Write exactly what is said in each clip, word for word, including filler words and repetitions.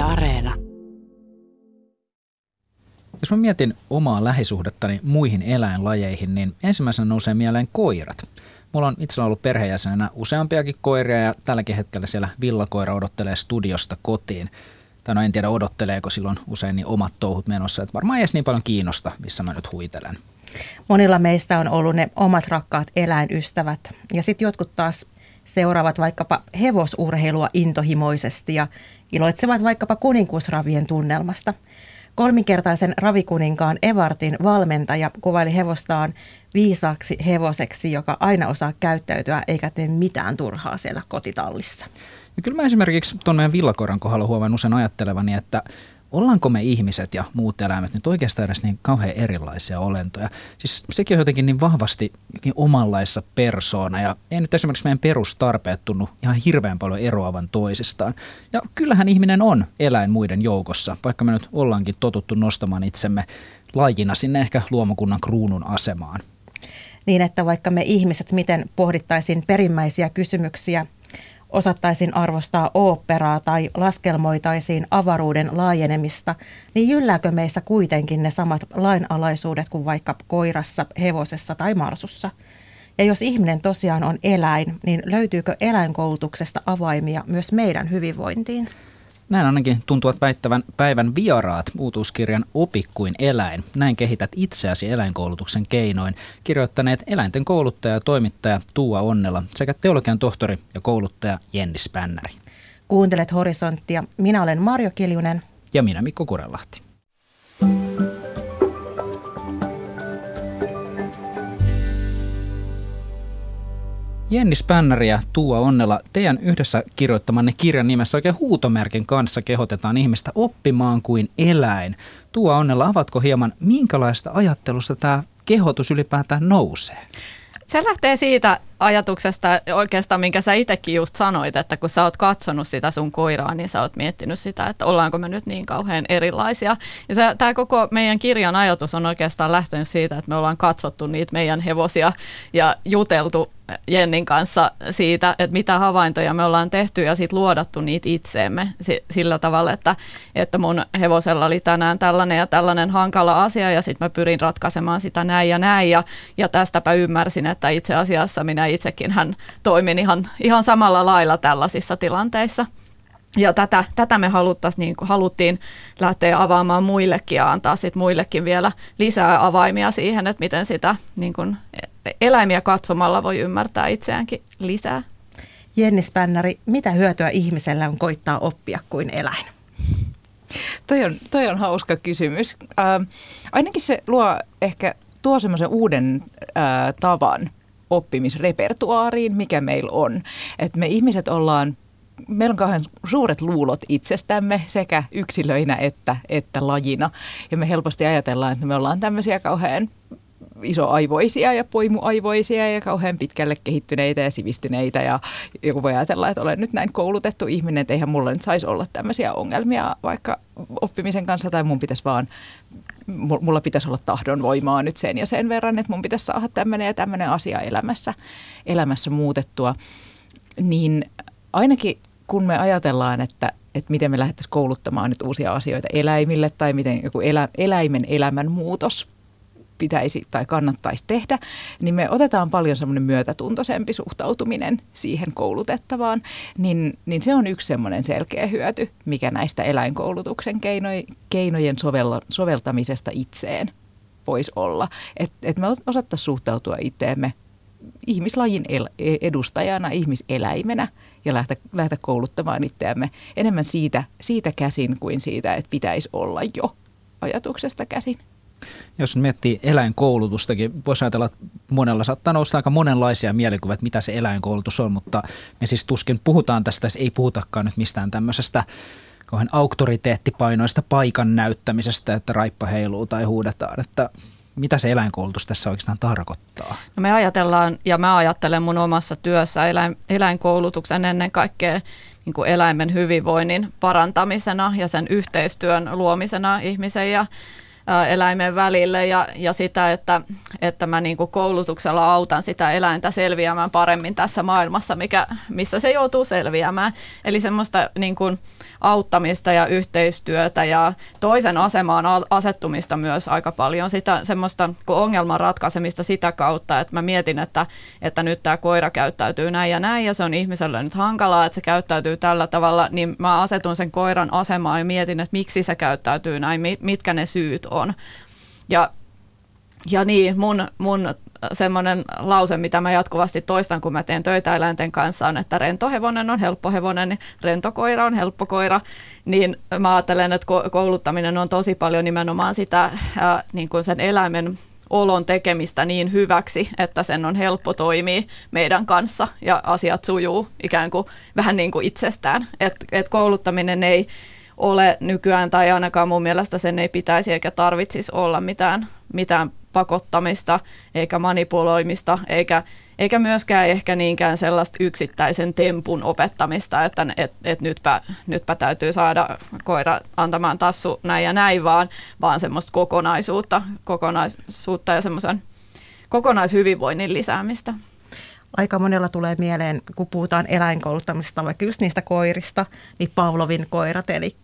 Areena. Jos mä mietin omaa lähisuhdettani muihin eläinlajeihin, niin ensimmäisenä nousee mieleen koirat. Mulla on itsellä ollut perheenjäsenenä useampiakin koiria ja tälläkin hetkellä siellä villakoira odottelee studiosta kotiin. Tai no en tiedä odotteleeko, silloin usein niin omat touhut menossa, että varmaan ei edes niin paljon kiinnosta, missä mä nyt huitelen. Monilla meistä on ollut ne omat rakkaat eläinystävät ja sitten jotkut taas seuraavat vaikkapa hevosurheilua intohimoisesti ja iloitsevat vaikkapa kuninkuusravien tunnelmasta. Kolminkertaisen ravikuninkaan Evartin valmentaja kuvaili hevostaan viisaaksi hevoseksi, joka aina osaa käyttäytyä eikä tee mitään turhaa siellä kotitallissa. Ja kyllä mä esimerkiksi tuon meidän villakoiran kohdalla huomaan usein ajattelevani, että ollaanko me ihmiset ja muut eläimet nyt oikeastaan edes niin kauhean erilaisia olentoja. Siis sekin on jotenkin niin vahvasti omanlaissa persoona ja ei nyt esimerkiksi meidän perustarpeet tunnu ihan hirveän paljon eroavan toisistaan. Ja kyllähän ihminen on eläin muiden joukossa, vaikka me nyt ollaankin totuttu nostamaan itsemme lajina sinne ehkä luomakunnan kruunun asemaan. Niin, että vaikka me ihmiset miten pohdittaisiin perimmäisiä kysymyksiä, osattaisiin arvostaa oopperaa tai laskelmoitaisiin avaruuden laajenemista, niin jyllääkö meissä kuitenkin ne samat lainalaisuudet kuin vaikka koirassa, hevosessa tai marsussa? Ja jos ihminen tosiaan on eläin, niin löytyykö eläinkoulutuksesta avaimia myös meidän hyvinvointiin? Näin ainakin tuntuvat väittävän päivän vieraat uutuuskirjan Opi kuin eläin. Näin kehität itseäsi eläinkoulutuksen keinoin. Kirjoittaneet eläinten kouluttaja ja toimittaja Tuua Onnela sekä teologian tohtori ja kouluttaja Jenni Spännäri. Kuuntelet Horisonttia. Minä olen Marjo Kiljunen. Ja minä Mikko Kurelahti. Jenni Spännäri ja Tuua Onnela, teidän yhdessä kirjoittamanne kirjan nimessä oikein huutomerkin kanssa kehotetaan ihmistä oppimaan kuin eläin. Tuua Onnela, avatko hieman, minkälaista ajattelusta tämä kehotus ylipäätään nousee? Se lähtee siitä ajatuksesta oikeastaan, minkä sä itsekin just sanoit, että kun sä oot katsonut sitä sun koiraa, niin sä oot miettinyt sitä, että ollaanko me nyt niin kauhean erilaisia. Ja tämä koko meidän kirjan ajatus on oikeastaan lähtenyt siitä, että me ollaan katsottu niitä meidän hevosia ja juteltu Jennin kanssa siitä, että mitä havaintoja me ollaan tehty ja sitten luodattu niitä itseemme sillä tavalla, että, että mun hevosella oli tänään tällainen ja tällainen hankala asia ja sitten mä pyrin ratkaisemaan sitä näin ja näin ja, ja tästäpä ymmärsin, että itse asiassa minä itsekin hän toimin ihan, ihan samalla lailla tällaisissa tilanteissa. Ja tätä, tätä me niin haluttiin lähteä avaamaan muillekin ja antaa sit muillekin vielä lisää avaimia siihen, että miten sitä niin kuin eläimiä katsomalla voi ymmärtää itseäänkin lisää. Jenni Spännäri, mitä hyötyä ihmisellä on koittaa oppia kuin eläin? Toi on, toi on hauska kysymys. Äh, ainakin se luo ehkä tuo semmoisen uuden äh, tavan oppimisrepertuaariin, mikä meillä on. Et me ihmiset ollaan, meillä on kauhean suuret luulot itsestämme sekä yksilöinä että, että lajina. Ja me helposti ajatellaan, että me ollaan tämmöisiä kauhean isoaivoisia ja poimuaivoisia ja kauhean pitkälle kehittyneitä ja sivistyneitä. Ja joku voi ajatella, että olen nyt näin koulutettu ihminen, että eihän mulla nyt saisi olla tämmöisiä ongelmia vaikka oppimisen kanssa tai mun pitäisi vaan, mulla pitäisi olla tahdonvoimaa nyt sen ja sen verran, että mun pitäisi saada tämmöinen ja tämmöinen asia elämässä, elämässä muutettua. Niin ainakin kun me ajatellaan, että, että miten me lähdettäisiin kouluttamaan nyt uusia asioita eläimille tai miten joku elä, eläimen elämän muutos pitäisi tai kannattaisi tehdä, niin me otetaan paljon semmoinen myötätuntoisempi suhtautuminen siihen koulutettavaan, niin, niin se on yksi semmoinen selkeä hyöty, mikä näistä eläinkoulutuksen keinojen, keinojen sovella, soveltamisesta itseen voisi olla. Että et me osattaisiin suhtautua itseemme ihmislajin el, edustajana, ihmiseläimenä ja lähteä, lähteä kouluttamaan itseämme enemmän siitä, siitä käsin kuin siitä, että pitäisi olla jo ajatuksesta käsin. Jos miettii eläinkoulutustakin, voisi ajatella, että monella saattaa nousta aika monenlaisia mielikuvia, että mitä se eläinkoulutus on, mutta me siis tuskin puhutaan tästä, ei puhutakaan nyt mistään tämmöisestä kauhean auktoriteettipainoista paikan näyttämisestä, että raippa heiluu tai huudetaan, että mitä se eläinkoulutus tässä oikeastaan tarkoittaa? No me ajatellaan, ja mä ajattelen mun omassa työssä eläin, eläinkoulutuksen ennen kaikkea niin kuin eläimen hyvinvoinnin parantamisena ja sen yhteistyön luomisena ihmisen ja eläimen välille ja, ja sitä, että, että mä niin kuin koulutuksella autan sitä eläintä selviämään paremmin tässä maailmassa, mikä, missä se joutuu selviämään. Eli semmoista niin kuin auttamista ja yhteistyötä ja toisen asemaan asettumista myös aika paljon. Sitä semmoista ongelman ratkaisemista sitä kautta, että mä mietin, että, että nyt tämä koira käyttäytyy näin ja näin ja se on ihmiselle nyt hankalaa, että se käyttäytyy tällä tavalla, niin mä asetun sen koiran asemaan ja mietin, että miksi se käyttäytyy näin, mitkä ne syyt on. Ja, ja niin, mun, mun semmoinen lause, mitä mä jatkuvasti toistan, kun mä teen töitä eläinten kanssa, on, että rento hevonen on helppo hevonen, niin rento koira on helppo koira. Niin mä ajattelen, että kouluttaminen on tosi paljon nimenomaan sitä ää, niin kuin sen eläimen olon tekemistä niin hyväksi, että sen on helppo toimia meidän kanssa ja asiat sujuu ikään kuin vähän niin kuin itsestään. Että et kouluttaminen ei ole nykyään, tai ainakaan mun mielestä sen ei pitäisi eikä tarvitsisi olla mitään, mitään pakottamista eikä manipuloimista, eikä, eikä myöskään ehkä niinkään sellaista yksittäisen tempun opettamista, että et, et nytpä, nytpä täytyy saada koira antamaan tassu näin ja näin, vaan, vaan semmoista kokonaisuutta, kokonaisuutta ja semmoisen kokonaishyvinvoinnin lisäämistä. Aika monella tulee mieleen, kun puhutaan eläinkouluttamisesta, vaikka just niistä koirista, niin Pavlovin koirat, eli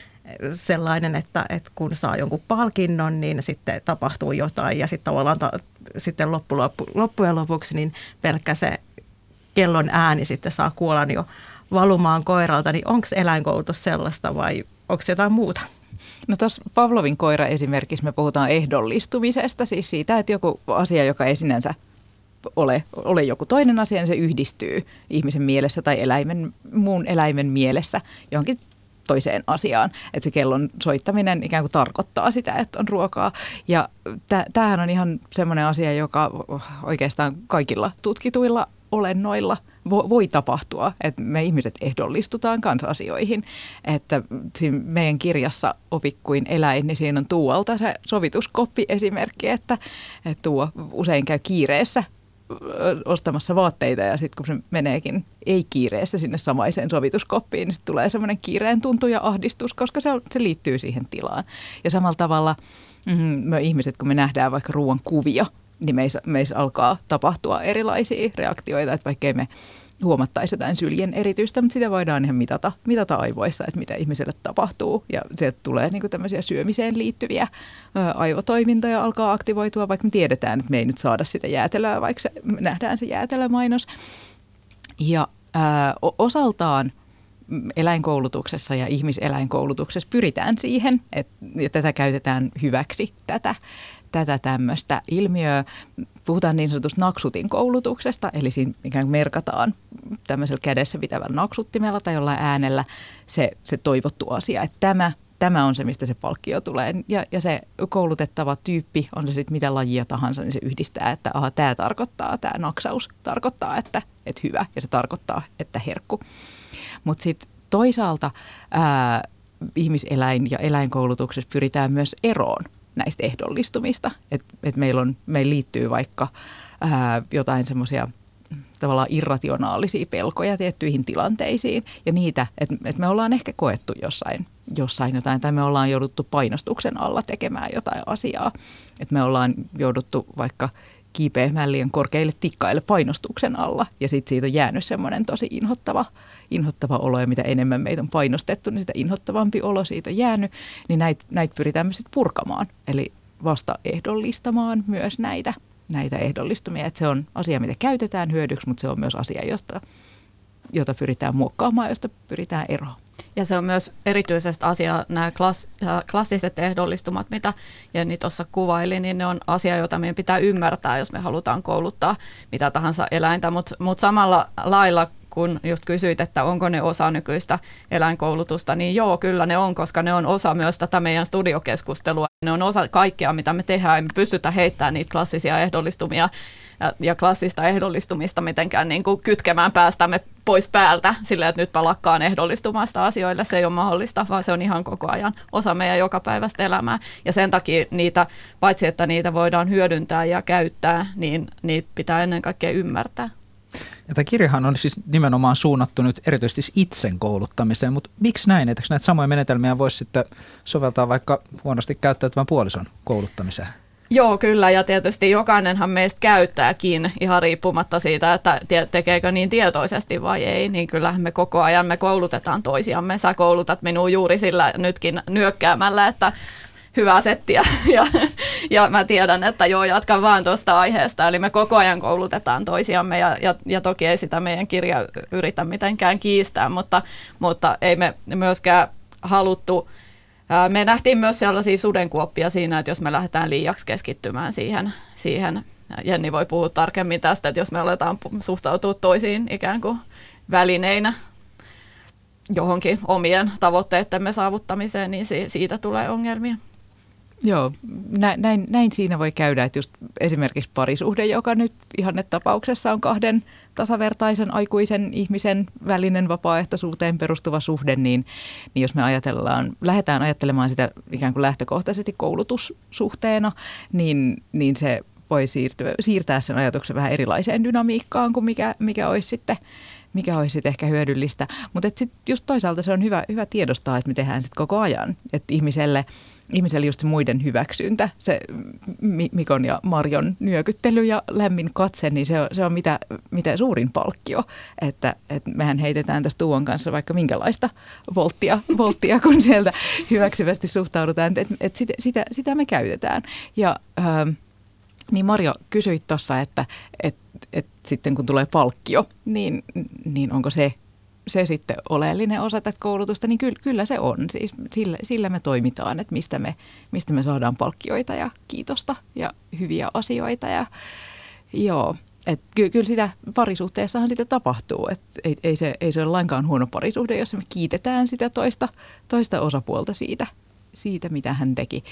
sellainen, että, että kun saa jonkun palkinnon, niin sitten tapahtuu jotain ja sitten tavallaan ta, sitten loppu, loppu, loppujen lopuksi niin pelkkä se kellon ääni sitten saa kuolan jo valumaan koiralta, niin onko eläinkoulutus sellaista vai onko jotain muuta? No tuossa Pavlovin koira esimerkiksi me puhutaan ehdollistumisesta, siis siitä, että joku asia, joka ei sinänsä ole, ole joku toinen asia, niin se yhdistyy ihmisen mielessä tai eläimen, muun eläimen mielessä johonkin toiseen asiaan. Että se kellon soittaminen ikään kuin tarkoittaa sitä, että on ruokaa. Ja tämähän on ihan semmoinen asia, joka oikeastaan kaikilla tutkituilla olennoilla voi tapahtua, että me ihmiset ehdollistutaan kanssa asioihin. Että siinä meidän kirjassa Opi kuin eläin, niin siinä on Tuualta se sovituskoppi esimerkki, että, että Tuua usein käy kiireessä ostamassa vaatteita ja sitten kun se meneekin ei-kiireessä sinne samaiseen sovituskoppiin, niin tulee semmoinen kiireen tuntu ja ahdistus, koska se, on, se liittyy siihen tilaan. Ja samalla tavalla mm, me ihmiset, kun me nähdään vaikka ruoan kuvia, niin meissä, meissä alkaa tapahtua erilaisia reaktioita, että vaikkei me huomattaisi jotain syljen erityistä, mutta sitä voidaan ihan mitata, mitata aivoissa, että mitä ihmiselle tapahtuu. Ja sieltä tulee niin kuin tämmöisiä syömiseen liittyviä ä, aivotoimintoja alkaa aktivoitua, vaikka me tiedetään, että me ei nyt saada sitä jäätelöä, vaikka se, nähdään se jäätelömainos. Ja ä, osaltaan eläinkoulutuksessa ja ihmiseläinkoulutuksessa pyritään siihen, että ja tätä käytetään hyväksi, tätä, tätä tämmöistä ilmiöä. Puhutaan niin sanotusta naksutin koulutuksesta, eli siinä ikään kuin merkataan tämmöisellä kädessä pitävällä naksuttimella tai jollain äänellä se, se toivottu asia, että tämä, tämä on se, mistä se palkkio tulee. Ja, ja se koulutettava tyyppi, on se sitten mitä lajia tahansa, niin se yhdistää, että aha, tämä tarkoittaa, tämä naksaus tarkoittaa, että, että hyvä, ja se tarkoittaa, että herkku. Mutta sitten toisaalta ää, ihmiseläin- ja eläinkoulutuksessa pyritään myös eroon näistä ehdollistumista. Että et meillä, on, meillä liittyy vaikka ää, jotain semmoisia tavallaan irrationaalisia pelkoja tiettyihin tilanteisiin. Ja niitä, että et me ollaan ehkä koettu jossain, jossain jotain, tai me ollaan jouduttu painostuksen alla tekemään jotain asiaa. Että me ollaan jouduttu vaikka kiipeämään liian korkeille tikkaille painostuksen alla, ja sitten siitä on jäänyt semmoinen tosi inhottava, inhottava olo, ja mitä enemmän meitä on painostettu, niin sitä inhottavampi olo siitä on jäänyt, niin näitä näit pyritään myös purkamaan, eli vasta ehdollistamaan myös näitä, näitä ehdollistumia, että se on asia, mitä käytetään hyödyksi, mutta se on myös asia, josta, jota pyritään muokkaamaan, josta pyritään eroon. Ja se on myös erityisesti asia, nämä klass, klassiset ehdollistumat, mitä Jenni tuossa kuvaili, niin ne on asia, jota meidän pitää ymmärtää, jos me halutaan kouluttaa mitä tahansa eläintä, mutta mut samalla lailla, kun just kysyit, että onko ne osa nykyistä eläinkoulutusta, niin joo, kyllä ne on, koska ne on osa myös tätä meidän studiokeskustelua. Ne on osa kaikkea, mitä me tehdään, emme pystytä heittämään niitä klassisia ehdollistumia ja, ja klassista ehdollistumista mitenkään niin kuin kytkemään päästämme pois päältä sillä, että nyt lakkaan ehdollistumasta asioille. Se ei ole mahdollista, vaan se on ihan koko ajan osa meidän jokapäiväistä elämää. Ja sen takia niitä, paitsi että niitä voidaan hyödyntää ja käyttää, niin niitä pitää ennen kaikkea ymmärtää. Ja tämä kirjahan on siis nimenomaan suunnattu nyt erityisesti itsen kouluttamiseen, mutta miksi näin? Eikö näitä samoja menetelmiä voisi sitten soveltaa vaikka huonosti käyttäytyvän puolison kouluttamiseen? Joo, kyllä, ja tietysti jokainenhan meistä käyttääkin ihan riippumatta siitä, että tekeekö niin tietoisesti vai ei, niin kyllähän me koko ajan me koulutetaan toisiamme. Sä koulutat minua juuri sillä nytkin nyökkäämällä, että hyvää settiä, ja, ja mä tiedän, että joo, jatkan vaan tuosta aiheesta, eli me koko ajan koulutetaan toisiamme, ja, ja, ja toki ei sitä meidän kirja yritä mitenkään kiistää, mutta, mutta ei me myöskään haluttu. Me nähtiin myös sellaisia sudenkuoppia siinä, että jos me lähdetään liiaksi keskittymään siihen, siihen, Jenni voi puhua tarkemmin tästä, että jos me aletaan suhtautua toisiin ikään kuin välineinä johonkin omien tavoitteittemme saavuttamiseen, niin siitä tulee ongelmia. Joo, näin, näin siinä voi käydä, että just esimerkiksi parisuhde, joka nyt ihannetapauksessa on kahden tasavertaisen aikuisen ihmisen välinen vapaaehtoisuuteen perustuva suhde, niin, niin jos me ajatellaan, lähdetään ajattelemaan sitä ikään kuin lähtökohtaisesti koulutussuhteena, niin, niin se voi siirtyä, siirtää sen ajatuksen vähän erilaiseen dynamiikkaan kuin mikä, mikä olisi sitten mikä olisi sitten ehkä hyödyllistä. Mutta sitten just toisaalta se on hyvä, hyvä tiedostaa, että me tehdään sitten koko ajan. Että ihmiselle, ihmiselle just se muiden hyväksyntä, se Mikon ja Marion nyökyttely ja lämmin katse, niin se on, se on mitä, mitä suurin palkkio. Että, että mehän heitetään tässä Tuuon kanssa vaikka minkälaista volttia, volttia kun sieltä hyväksyvästi suhtaudutaan. Että et sitä, sitä, sitä me käytetään. Ja ähm, niin Marjo, kysyit tuossa, että et, et sitten kun tulee palkkio, niin, niin onko se, se sitten oleellinen osa tätä koulutusta, niin kyllä, kyllä se on. Siis sillä, sillä me toimitaan, että mistä me, mistä me saadaan palkkioita ja kiitosta ja hyviä asioita. Ja, joo, että ky, kyllä sitä parisuhteessahan sitä tapahtuu, että ei, ei, se, ei se ole lainkaan huono parisuhde, jos me kiitetään sitä toista, toista osapuolta siitä, siitä, mitä hän teki.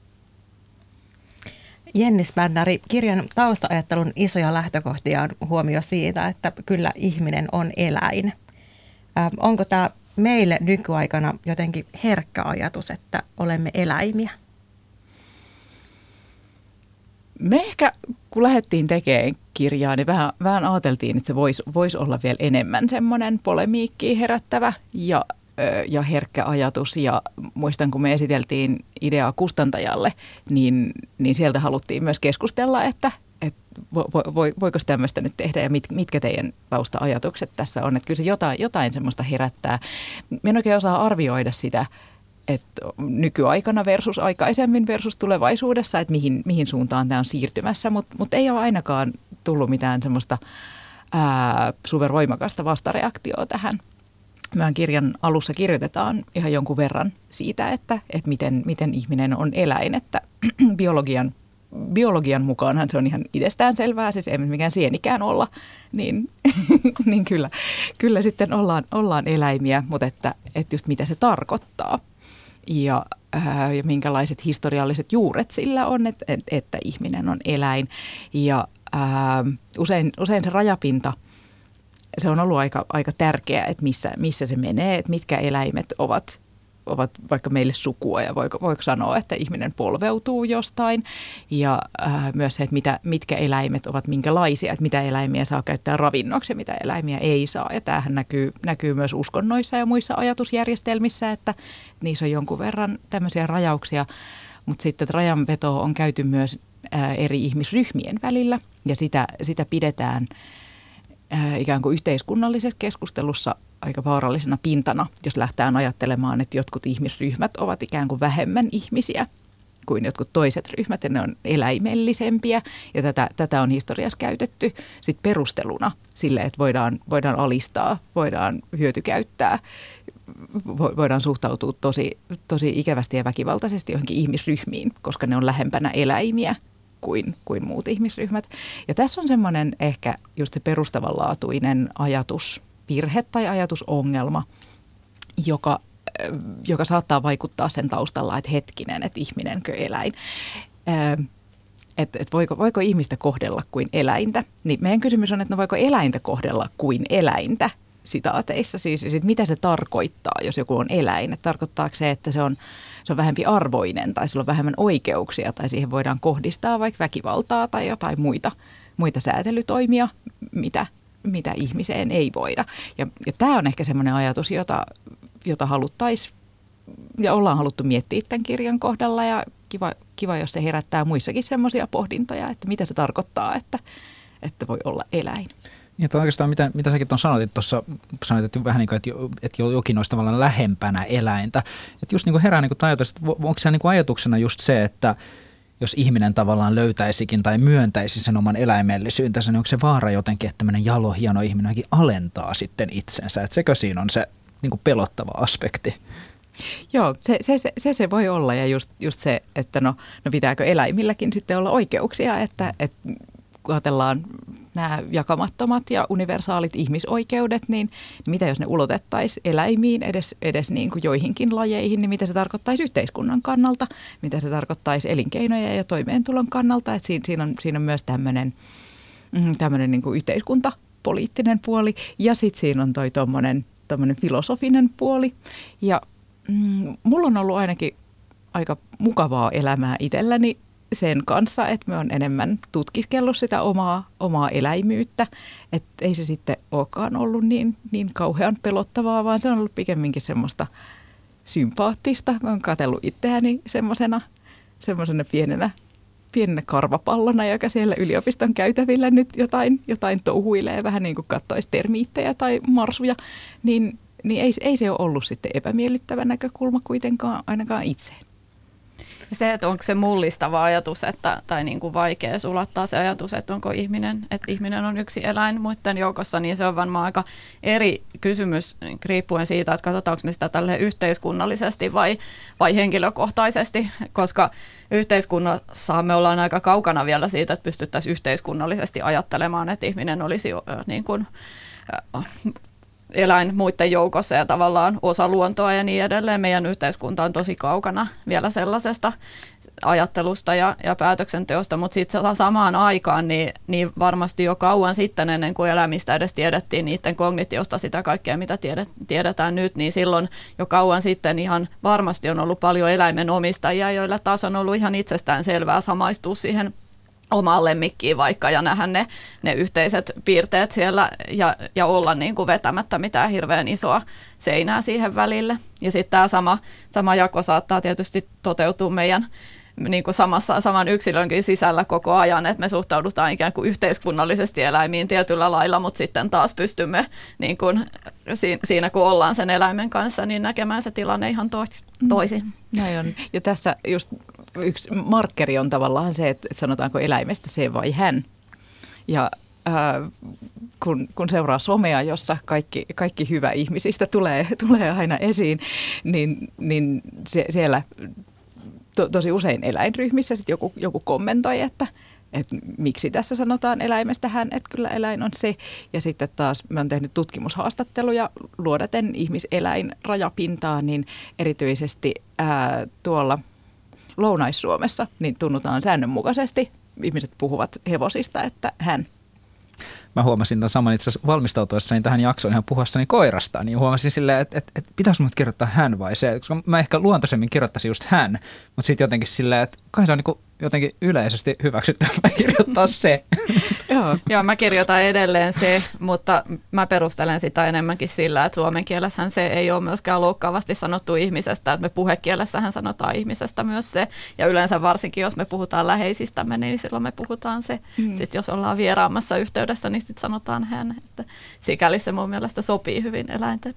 Jenni Spännäri, kirjan tausta-ajattelun isoja lähtökohtia on huomio siitä, että kyllä ihminen on eläin. Äh, onko tämä meille nykyaikana jotenkin herkkä ajatus, että olemme eläimiä? Me ehkä, kun lähdettiin tekemään kirjaa, niin vähän, vähän ajateltiin, että se voisi vois olla vielä enemmän semmoinen polemiikkiä herättävä ja ja herkkä ajatus, ja muistan, kun me esiteltiin ideaa kustantajalle, niin, niin sieltä haluttiin myös keskustella, että, että vo, vo, voiko tämmöistä nyt tehdä ja mit, mitkä teidän tausta-ajatukset tässä on. Että kyllä se jotain, jotain semmoista herättää. Mä en oikein osaa arvioida sitä, että nykyaikana versus aikaisemmin versus tulevaisuudessa, että mihin, mihin suuntaan tämä on siirtymässä, mutta mut ei ole ainakaan tullut mitään semmoista ää, supervoimakasta vastareaktioa tähän. Meidän kirjan alussa kirjoitetaan ihan jonkun verran siitä, että, että miten, miten ihminen on eläin, että biologian, biologian mukaanhan se on ihan itsestään selvää, siis ei mikään sienikään olla, niin, niin kyllä, kyllä sitten ollaan, ollaan eläimiä, mutta että, että just mitä se tarkoittaa ja, ää, ja minkälaiset historialliset juuret sillä on, että, että, että ihminen on eläin ja ää, usein, usein se rajapinta, se on ollut aika, aika tärkeää, että missä, missä se menee, että mitkä eläimet ovat, ovat vaikka meille sukua ja voiko, voiko sanoa, että ihminen polveutuu jostain. Ja äh, myös se, että mitä, mitkä eläimet ovat minkälaisia, että mitä eläimiä saa käyttää ravinnoksi ja mitä eläimiä ei saa. Ja tämähän näkyy, näkyy myös uskonnoissa ja muissa ajatusjärjestelmissä, että niissä on jonkun verran tämmöisiä rajauksia. Mutta sitten rajanvetoa on käyty myös äh, eri ihmisryhmien välillä ja sitä, sitä pidetään ikään kuin yhteiskunnallisessa keskustelussa aika vaarallisena pintana, jos lähtään ajattelemaan, että jotkut ihmisryhmät ovat ikään kuin vähemmän ihmisiä kuin jotkut toiset ryhmät, ja ne on eläimellisempiä, ja tätä, tätä on historiassa käytetty sit perusteluna sille, että voidaan, voidaan alistaa, voidaan hyötykäyttää, voidaan suhtautua tosi, tosi ikävästi ja väkivaltaisesti johonkin ihmisryhmiin, koska ne on lähempänä eläimiä Kuin, kuin muut ihmisryhmät. Ja tässä on semmoinen ehkä just se perustavanlaatuinen ajatusvirhe tai ajatusongelma, joka, joka saattaa vaikuttaa sen taustalla, että hetkinen, että ihminenkö eläin. Että et voiko, voiko ihmistä kohdella kuin eläintä? Niin meidän kysymys on, että no voiko eläintä kohdella kuin eläintä sitaateissa. Siis sit mitä se tarkoittaa, jos joku on eläin? Et tarkoittaako se, että se on se on vähempi arvoinen tai sillä on vähemmän oikeuksia tai siihen voidaan kohdistaa vaikka väkivaltaa tai jotain muita, muita säätelytoimia, mitä, mitä ihmiseen ei voida. Ja, ja tämä on ehkä semmoinen ajatus, jota, jota haluttaisiin ja ollaan haluttu miettiä tämän kirjan kohdalla ja kiva, kiva jos se herättää muissakin semmoisia pohdintoja, että mitä se tarkoittaa, että, että voi olla eläin. Ja oikeastaan mitä, mitä säkin tuon sanoit tuossa, sanoit, että vähän niin kuin, että, että jokin olisi tavallaan lähempänä eläintä. Että just niin kuin herää niin kuin ajatus, että onko se niin kuin ajatuksena just se, että jos ihminen tavallaan löytäisikin tai myöntäisi sen oman eläimellisyytensä, niin onko se vaara jotenkin, että tämmöinen jalo, hieno ihminen alentaa sitten itsensä? Että sekö siinä on se niin kuin pelottava aspekti? Joo, se se, se, se se voi olla ja just, just se, että no, no pitääkö eläimilläkin sitten olla oikeuksia, että, että kun ajatellaan nämä jakamattomat ja universaalit ihmisoikeudet, niin mitä jos ne ulotettaisiin eläimiin edes, edes niin kuin joihinkin lajeihin, niin mitä se tarkoittaisi yhteiskunnan kannalta, mitä se tarkoittaisi elinkeinojen ja toimeentulon kannalta, että siinä, siinä, on, siinä on myös tämmöinen, tämmöinen niin kuin yhteiskuntapoliittinen puoli ja sitten siinä on toi tommonen, tommonen filosofinen puoli ja mm, mulla on ollut ainakin aika mukavaa elämää itselläni sen kanssa, että me on enemmän tutkiskellut sitä omaa, omaa eläimyyttä, että ei se sitten olekaan ollut niin, niin kauhean pelottavaa, vaan se on ollut pikemminkin semmoista sympaattista. Mä oon katsellut itseäni semmoisena, semmoisena pienenä, pienenä karvapallona, joka siellä yliopiston käytävillä nyt jotain, jotain touhuilee, vähän niin kuin katsoisi termiittejä tai marsuja, niin, niin ei, ei se ole ollut sitten epämiellyttävä näkökulma kuitenkaan ainakaan itseen. Se, että onko se mullistava ajatus että, tai niin kuin vaikea sulattaa se ajatus, että onko ihminen, että ihminen on yksi eläin muiden joukossa, niin se on varmaan aika eri kysymys riippuen siitä, että katsotaanko me sitä tälle yhteiskunnallisesti vai, vai henkilökohtaisesti, koska yhteiskunnassa me ollaan aika kaukana vielä siitä, että pystyttäisiin yhteiskunnallisesti ajattelemaan, että ihminen olisi niin kuin eläin muiden joukossa ja tavallaan osa luontoa ja niin edelleen. Meidän yhteiskunta on tosi kaukana vielä sellaisesta ajattelusta ja, ja päätöksenteosta, mutta sitten samaan aikaan niin, niin varmasti jo kauan sitten ennen kuin elämistä edes tiedettiin niiden kognitiosta sitä kaikkea, mitä tiedet, tiedetään nyt, niin silloin jo kauan sitten ihan varmasti on ollut paljon eläimen omistajia, joilla taas on ollut ihan itsestään selvää samaistua siihen omaan lemmikkiin vaikka ja nähdä ne, ne yhteiset piirteet siellä ja, ja olla niin kuin vetämättä mitään hirveän isoa seinää siihen välille. Ja sitten tämä sama, sama jako saattaa tietysti toteutua meidän niin kuin samassa, saman yksilönkin sisällä koko ajan, että me suhtaudutaan ikään kuin yhteiskunnallisesti eläimiin tietyllä lailla, mutta sitten taas pystymme niin kuin siinä, kun ollaan sen eläimen kanssa, niin näkemään se tilanne ihan toisin. Näin on. Ja tässä just yksi markkeri on tavallaan se, että sanotaanko eläimestä se vai hän. Ja äh, kun, kun seuraa somea, jossa kaikki, kaikki hyvä ihmisistä tulee, tulee aina esiin, niin, niin se, siellä to, tosi usein eläinryhmissä sit joku, joku kommentoi, että että miksi tässä sanotaan eläimestä hän, että kyllä eläin on se. Ja sitten taas me on tehnyt tutkimushaastatteluja luodaten ihmiseläin rajapintaa, niin erityisesti ää, tuolla Lounais-Suomessa niin tunnutaan säännönmukaisesti. Ihmiset puhuvat hevosista, että hän. Mä huomasin tämän saman itse asiassa valmistautuessani tähän jaksoon ihan puhuessani koirasta, niin huomasin silleen, että, että, että pitäisi mut kirjoittaa hän vai se, koska mä ehkä luontoisemmin kirjoittaisin just hän, mutta sitten jotenkin silleen, että kai se on niin jotenkin yleisesti hyväksyttävää kirjoittaa se. Joo. Joo, mä kirjoitan edelleen se, mutta mä perustelen sitä enemmänkin sillä, että suomen kielessähän se ei ole myöskään loukkaavasti sanottu ihmisestä, että me puhekielessähän sanotaan ihmisestä myös se, ja yleensä varsinkin jos me puhutaan läheisistämme, niin silloin me puhutaan se. Mm. Sitten jos ollaan vieraammassa yhteydessä, niin sitten sanotaan hän, että sikäli se mun mielestä sopii hyvin eläinten.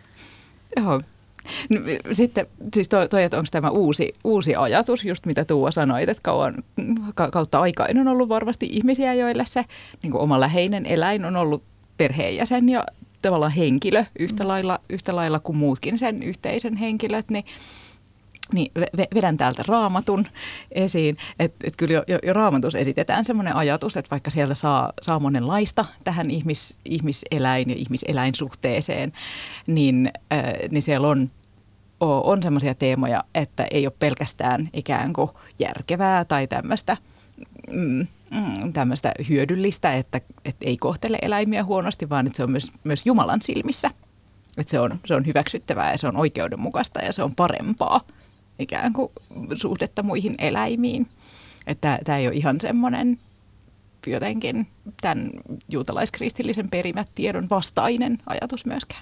Joo. No, sitten siis toi, toi että onko tämä uusi, uusi ajatus, just mitä Tuua sanoit, että kauan, ka, kautta aikaan on ollut varmasti ihmisiä, joille se niin kuin oma läheinen eläin on ollut perheenjäsen ja tavallaan henkilö yhtä lailla, yhtä lailla kuin muutkin sen yhteisen henkilöt, niin Niin vedän täältä Raamatun esiin, että et kyllä jo, jo, jo Raamatussa esitetään semmoinen ajatus, että vaikka sieltä saa, saa monenlaista tähän ihmis, ihmiseläin- ja ihmiseläinsuhteeseen, niin, äh, niin siellä on, on semmoisia teemoja, että ei ole pelkästään ikään kuin järkevää tai tämmöistä, mm, tämmöistä hyödyllistä, että, että ei kohtele eläimiä huonosti, vaan että se on myös, myös Jumalan silmissä, että se on, se on hyväksyttävää ja se on oikeudenmukaista ja se on parempaa ikään kuin suhdetta muihin eläimiin. Että tämä ei ole ihan semmoinen jotenkin tämän juutalaiskristillisen perimätiedon vastainen ajatus myöskään.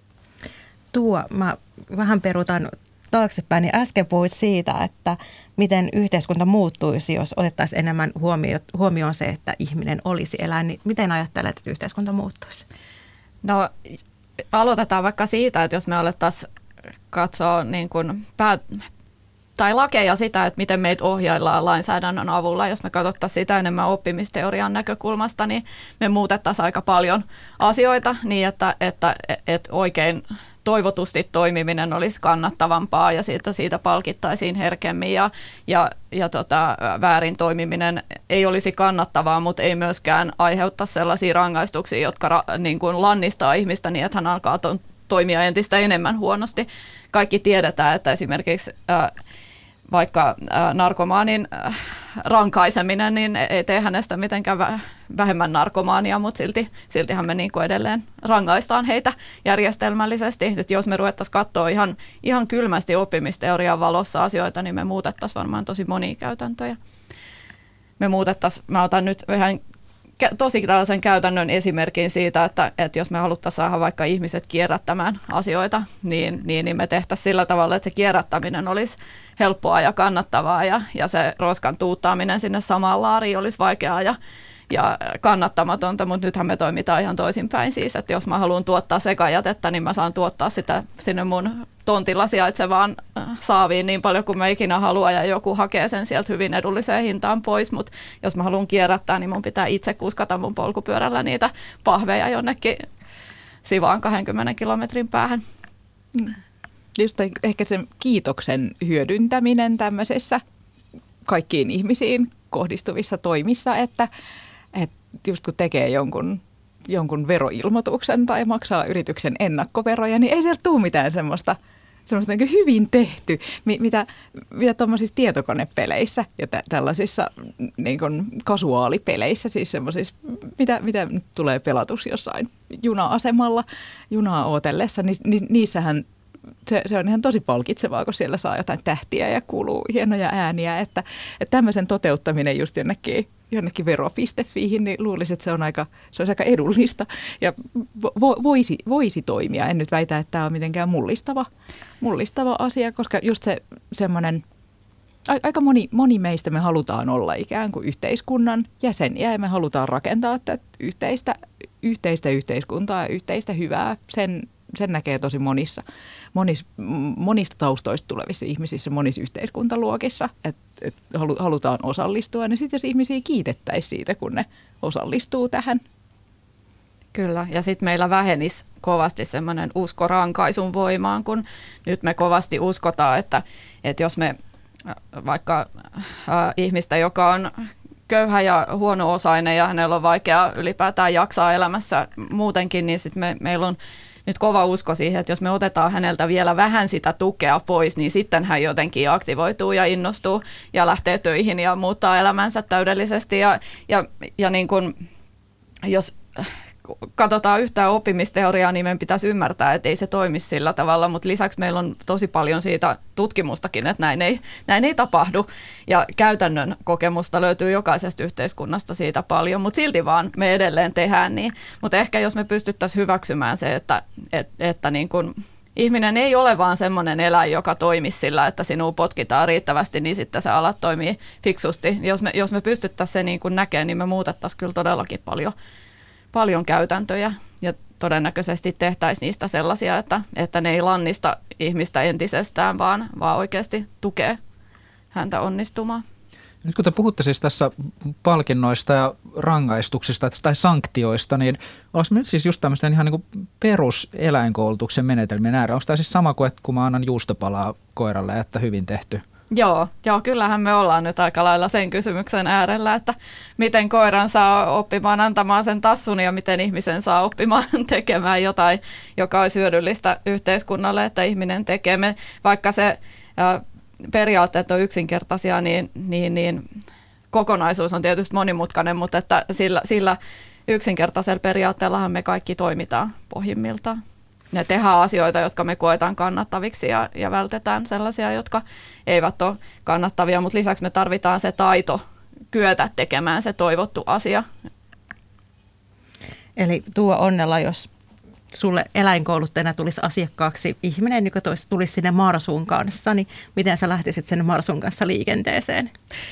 Tuo, mä vähän peruutan taaksepäin, niin äsken puhuit siitä, että miten yhteiskunta muuttuisi, jos otettaisiin enemmän huomioon, huomioon se, että ihminen olisi eläin. Niin miten ajattelet, että yhteiskunta muuttuisi? No aloitetaan vaikka siitä, että jos me alettaisiin katsoa niin kuin pää, tai lakeja sitä, että miten meitä ohjaillaan lainsäädännön avulla. Jos me katsottaisiin sitä enemmän oppimisteorian näkökulmasta, niin me muutettaisiin aika paljon asioita niin, että, että, että oikein toivotusti toimiminen olisi kannattavampaa ja siitä, siitä palkittaisiin herkemmin ja, ja, ja tota, väärin toimiminen ei olisi kannattavaa, mutta ei myöskään aiheuttaa sellaisia rangaistuksia, jotka ra, niin kuin lannistaa ihmistä niin, että hän alkaa to, toimia entistä enemmän huonosti. Kaikki tiedetään, että esimerkiksi äh, vaikka äh, narkomaanin äh, rankaiseminen niin ei tee hänestä mitenkään vä- vähemmän narkomaania, mutta silti, siltihän me niin kuin edelleen rangaistaan heitä järjestelmällisesti. Et jos me ruvettaisiin katsoa ihan, ihan kylmästi oppimisteorian valossa asioita, niin me muutettaisiin varmaan tosi monia käytäntöjä. Me muutettaisiin, mä otan nyt ihan tosi tällaisen käytännön esimerkin siitä, että, että jos me haluttaisiin saada vaikka ihmiset kierrättämään asioita, niin, niin, niin me tehtäisiin sillä tavalla, että se kierrättäminen olisi helppoa ja kannattavaa ja, ja se roskan tuuttaaminen sinne samaan laariin olisi vaikeaa ja, ja kannattamatonta, mutta nythän me toimitaan ihan toisinpäin siis, että jos mä haluan tuottaa sekajätettä, niin mä saan tuottaa sitä sinne mun tontilla sijaitsevaan saaviin niin paljon kuin mä ikinä haluan ja joku hakee sen sieltä hyvin edulliseen hintaan pois, mutta jos mä haluan kierrättää, niin mun pitää itse kuskata mun polkupyörällä niitä pahveja jonnekin sivaan kahdenkymmenen kilometrin päähän. Just ehkä sen kiitoksen hyödyntäminen tämmöisessä kaikkiin ihmisiin kohdistuvissa toimissa, että, että just kun tekee jonkun, jonkun veroilmoituksen tai maksaa yrityksen ennakkoveroja, niin ei sieltä tule mitään semmoista, semmoista niin hyvin tehty, mitä, mitä tuommoisissa tietokonepeleissä ja tä, tällaisissa niin kuin kasuaalipeleissä, siis semmoisissa, mitä, mitä nyt tulee pelatus jossain juna-asemalla, junaa ootellessa, niin, niin niissähän Se, se on ihan tosi palkitsevaa, kun siellä saa jotain tähtiä ja kuuluu hienoja ääniä, että, että tämmöisen toteuttaminen just jonnekin, jonnekin vero piste fiihin, niin luulisin, että se on aika, se on aika edullista ja vo, voisi, voisi toimia. En nyt väitä, että tämä on mitenkään mullistava, mullistava asia, koska just se semmoinen, aika moni, moni meistä me halutaan olla ikään kuin yhteiskunnan jäseniä ja me halutaan rakentaa tätä yhteistä, yhteistä yhteiskuntaa ja yhteistä hyvää. Sen Sen näkee tosi monissa, monissa, monista taustoista tulevissa ihmisissä, monissa yhteiskuntaluokissa, että et halutaan osallistua. Niin sitten jos ihmisiä kiitettäisiin siitä, kun ne osallistuu tähän. Kyllä, ja sitten meillä vähenisi kovasti semmoinen usko rankaisun voimaan, kun nyt me kovasti uskotaan, että, että jos me vaikka äh, ihmistä, joka on köyhä ja huono-osainen ja hänellä on vaikea ylipäätään jaksaa elämässä muutenkin, niin sitten me, meillä on nyt kova usko siihen, että jos me otetaan häneltä vielä vähän sitä tukea pois, niin sitten hän jotenkin aktivoituu ja innostuu ja lähtee töihin ja muuttaa elämänsä täydellisesti. Ja, ja, ja niin kun, jos katsotaan yhtään oppimisteoriaa, niin meidän pitäisi ymmärtää, että ei se toimi sillä tavalla, mutta lisäksi meillä on tosi paljon siitä tutkimustakin, että näin ei, näin ei tapahdu. Ja käytännön kokemusta löytyy jokaisesta yhteiskunnasta siitä paljon, mutta silti vaan me edelleen tehdään niin. Mutta ehkä jos me pystyttäisiin hyväksymään se, että, että, että niin kun ihminen ei ole vaan semmoinen eläin, joka toimisi sillä, että sinua potkitaan riittävästi, niin sitten se alat toimii fiksusti. Jos me, jos me pystyttäisiin se niin kun näkemään, niin me muutettaisiin kyllä todellakin paljon paljon käytäntöjä ja todennäköisesti tehtäisiin niistä sellaisia, että, että ne ei lannista ihmistä entisestään, vaan, vaan oikeasti tukee häntä onnistumaan. Nyt kun te puhutte siis tässä palkinnoista ja rangaistuksista tai sanktioista, niin ollaanko me nyt siis just tämmöisten ihan niin kuin peruseläinkoulutuksen menetelmien äärellä? Onko tämä siis sama kuin, että kun mä annan juustopalaa koiralle, että hyvin tehty? Joo, joo, kyllähän me ollaan nyt aika lailla sen kysymyksen äärellä, että miten koiran saa oppimaan antamaan sen tassun ja miten ihmisen saa oppimaan tekemään jotain, joka olisi hyödyllistä yhteiskunnalle, että ihminen tekee. Me, vaikka se ä, periaatteet on yksinkertaisia, niin, niin, niin kokonaisuus on tietysti monimutkainen, mutta että sillä, sillä yksinkertaisella periaatteellahan me kaikki toimitaan pohjimmiltaan. Ne tehdään asioita, jotka me koetaan kannattaviksi ja, ja vältetään sellaisia, jotka eivät ole kannattavia, mutta lisäksi me tarvitaan se taito kyetä tekemään se toivottu asia. Eli tuo onnella, jos sulle eläinkouluttajana tulisi asiakkaaksi ihminen, joka tulisi sinne marsun kanssa, niin miten sä lähtisit sen marsun kanssa liikenteeseen?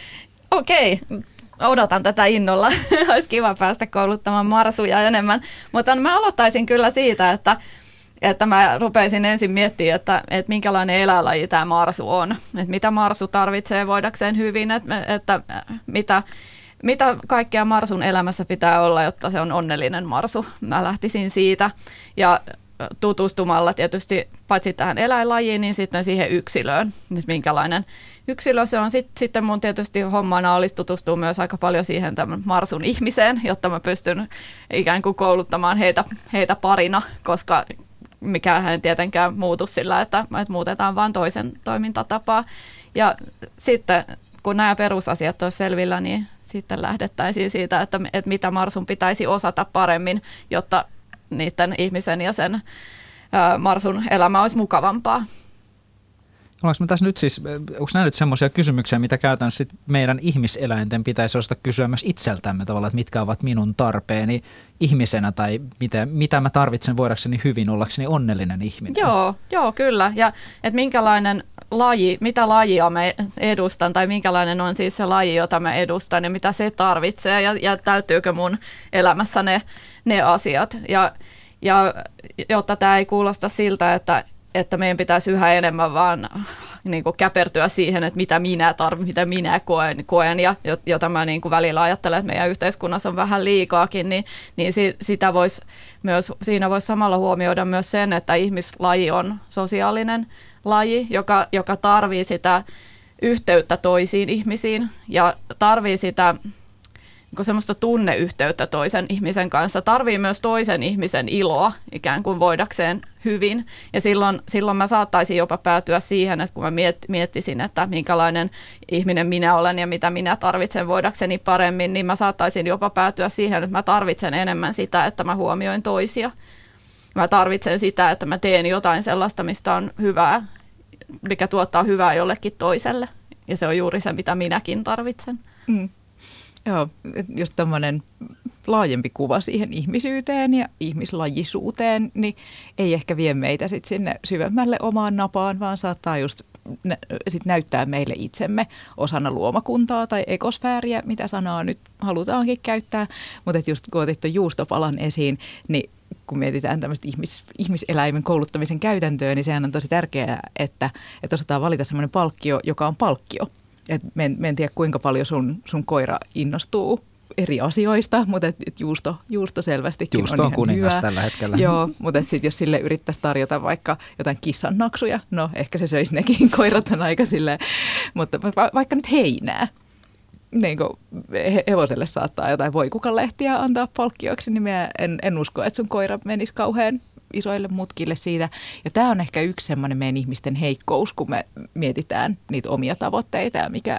Okei, odotan tätä innolla. Olisi kiva päästä kouluttamaan marsuja enemmän. Mutta mä aloittaisin kyllä siitä, että, että mä rupeisin ensin miettimään, että, että minkälainen eläinlaji tämä marsu on. Että mitä marsu tarvitsee voidakseen hyvin, että, että mitä... Mitä kaikkea marsun elämässä pitää olla, jotta se on onnellinen marsu? Mä lähtisin siitä ja tutustumalla tietysti paitsi tähän eläinlajiin, niin sitten siihen yksilöön, että minkälainen yksilö se on. Sitten, sitten mun tietysti hommana olisi tutustua myös aika paljon siihen tämän marsun ihmiseen, jotta mä pystyn ikään kuin kouluttamaan heitä, heitä parina, koska mikään ei tietenkään muutu sillä, että, että muutetaan vain toisen toimintatapaa. Ja sitten kun nämä perusasiat olisi selvillä, niin sitten lähdettäisiin siitä, että, että mitä marsun pitäisi osata paremmin, jotta niiden ihmisen ja sen ää, marsun elämä olisi mukavampaa. Ollaanko me tässä nyt siis, onko nämä nyt semmoisia kysymyksiä, mitä käytännössä meidän ihmiseläinten pitäisi osata kysyä myös itseltämme tavallaan, että mitkä ovat minun tarpeeni ihmisenä tai mitä, mitä mä tarvitsen voidakseni hyvin, ollakseni onnellinen ihminen? Joo, joo kyllä. Ja että minkälainen laji, mitä lajia me edustan tai minkälainen on siis se laji, jota mä edustan ja mitä se tarvitsee ja, ja täyttyykö mun elämässä ne, ne asiat. Ja, ja jotta tämä ei kuulosta siltä, että että meidän pitäisi yhä enemmän vaan niin kuin käpertyä siihen, että mitä minä tarvitsen, mitä minä koen, koen ja jota mä niin kuin välillä ajattelen, että meidän yhteiskunnassa on vähän liikaakin, niin, niin sitä vois myös, siinä voisi samalla huomioida myös sen, että ihmislaji on sosiaalinen laji, joka, joka tarvii sitä yhteyttä toisiin ihmisiin ja tarvii sitä niin semmoista tunneyhteyttä toisen ihmisen kanssa, tarvii myös toisen ihmisen iloa ikään kuin voidakseen hyvin. Ja silloin, silloin mä saattaisin jopa päätyä siihen, että kun mä miet, miettisin, että minkälainen ihminen minä olen ja mitä minä tarvitsen voidakseni paremmin, niin mä saattaisin jopa päätyä siihen, että mä tarvitsen enemmän sitä, että mä huomioin toisia. Mä tarvitsen sitä, että mä teen jotain sellaista, mistä on hyvää, mikä tuottaa hyvää jollekin toiselle. Ja se on juuri se, mitä minäkin tarvitsen. Mm. Joo, just tämmöinen laajempi kuva siihen ihmisyyteen ja ihmislajisuuteen, niin ei ehkä vie meitä sit sinne syvemmälle omaan napaan, vaan saattaa just nä- sit näyttää meille itsemme osana luomakuntaa tai ekosfääriä, mitä sanaa nyt halutaankin käyttää. Mutta just kun otit tuon juustopalan esiin, niin kun mietitään tämmöistä ihmis, ihmiseläimen kouluttamisen käytäntöä, niin sehän on tosi tärkeää, että, että osataan valita semmoinen palkkio, joka on palkkio. Et mä, en, mä en tiedä, kuinka paljon sun, sun koira innostuu eri asioista, mutta et, et juusto, juusto selvästikin juusto on, on ihan kuningas hyvä. Tällä hetkellä. Joo, mutta sit jos sille yrittäisi tarjota vaikka jotain kissannaksuja, no ehkä se söisi nekin, koirat on aika silleen, mutta va, vaikka nyt heinää. Niin kuin hevoselle saattaa jotain voikukanlehtiä antaa palkkioksi, niin mä en, en usko, että sun koira menisi kauhean isoille mutkille siitä. Ja tämä on ehkä yksi semmoinen meidän ihmisten heikkous, kun me mietitään niitä omia tavoitteita ja mikä,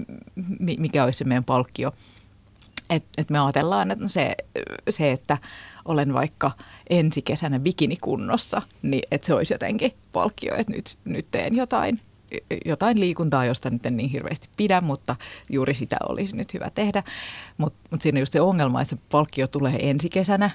mikä olisi se meidän palkkio. Että et me ajatellaan, että se, se, että olen vaikka ensi kesänä bikinikunnossa, niin että se olisi jotenkin palkkio, että nyt, nyt teen jotain. jotain liikuntaa, josta nyt en niin hirveästi pidä, mutta juuri sitä olisi nyt hyvä tehdä. Mutta mut siinä on just se ongelma, että se palkkio tulee ensi kesänä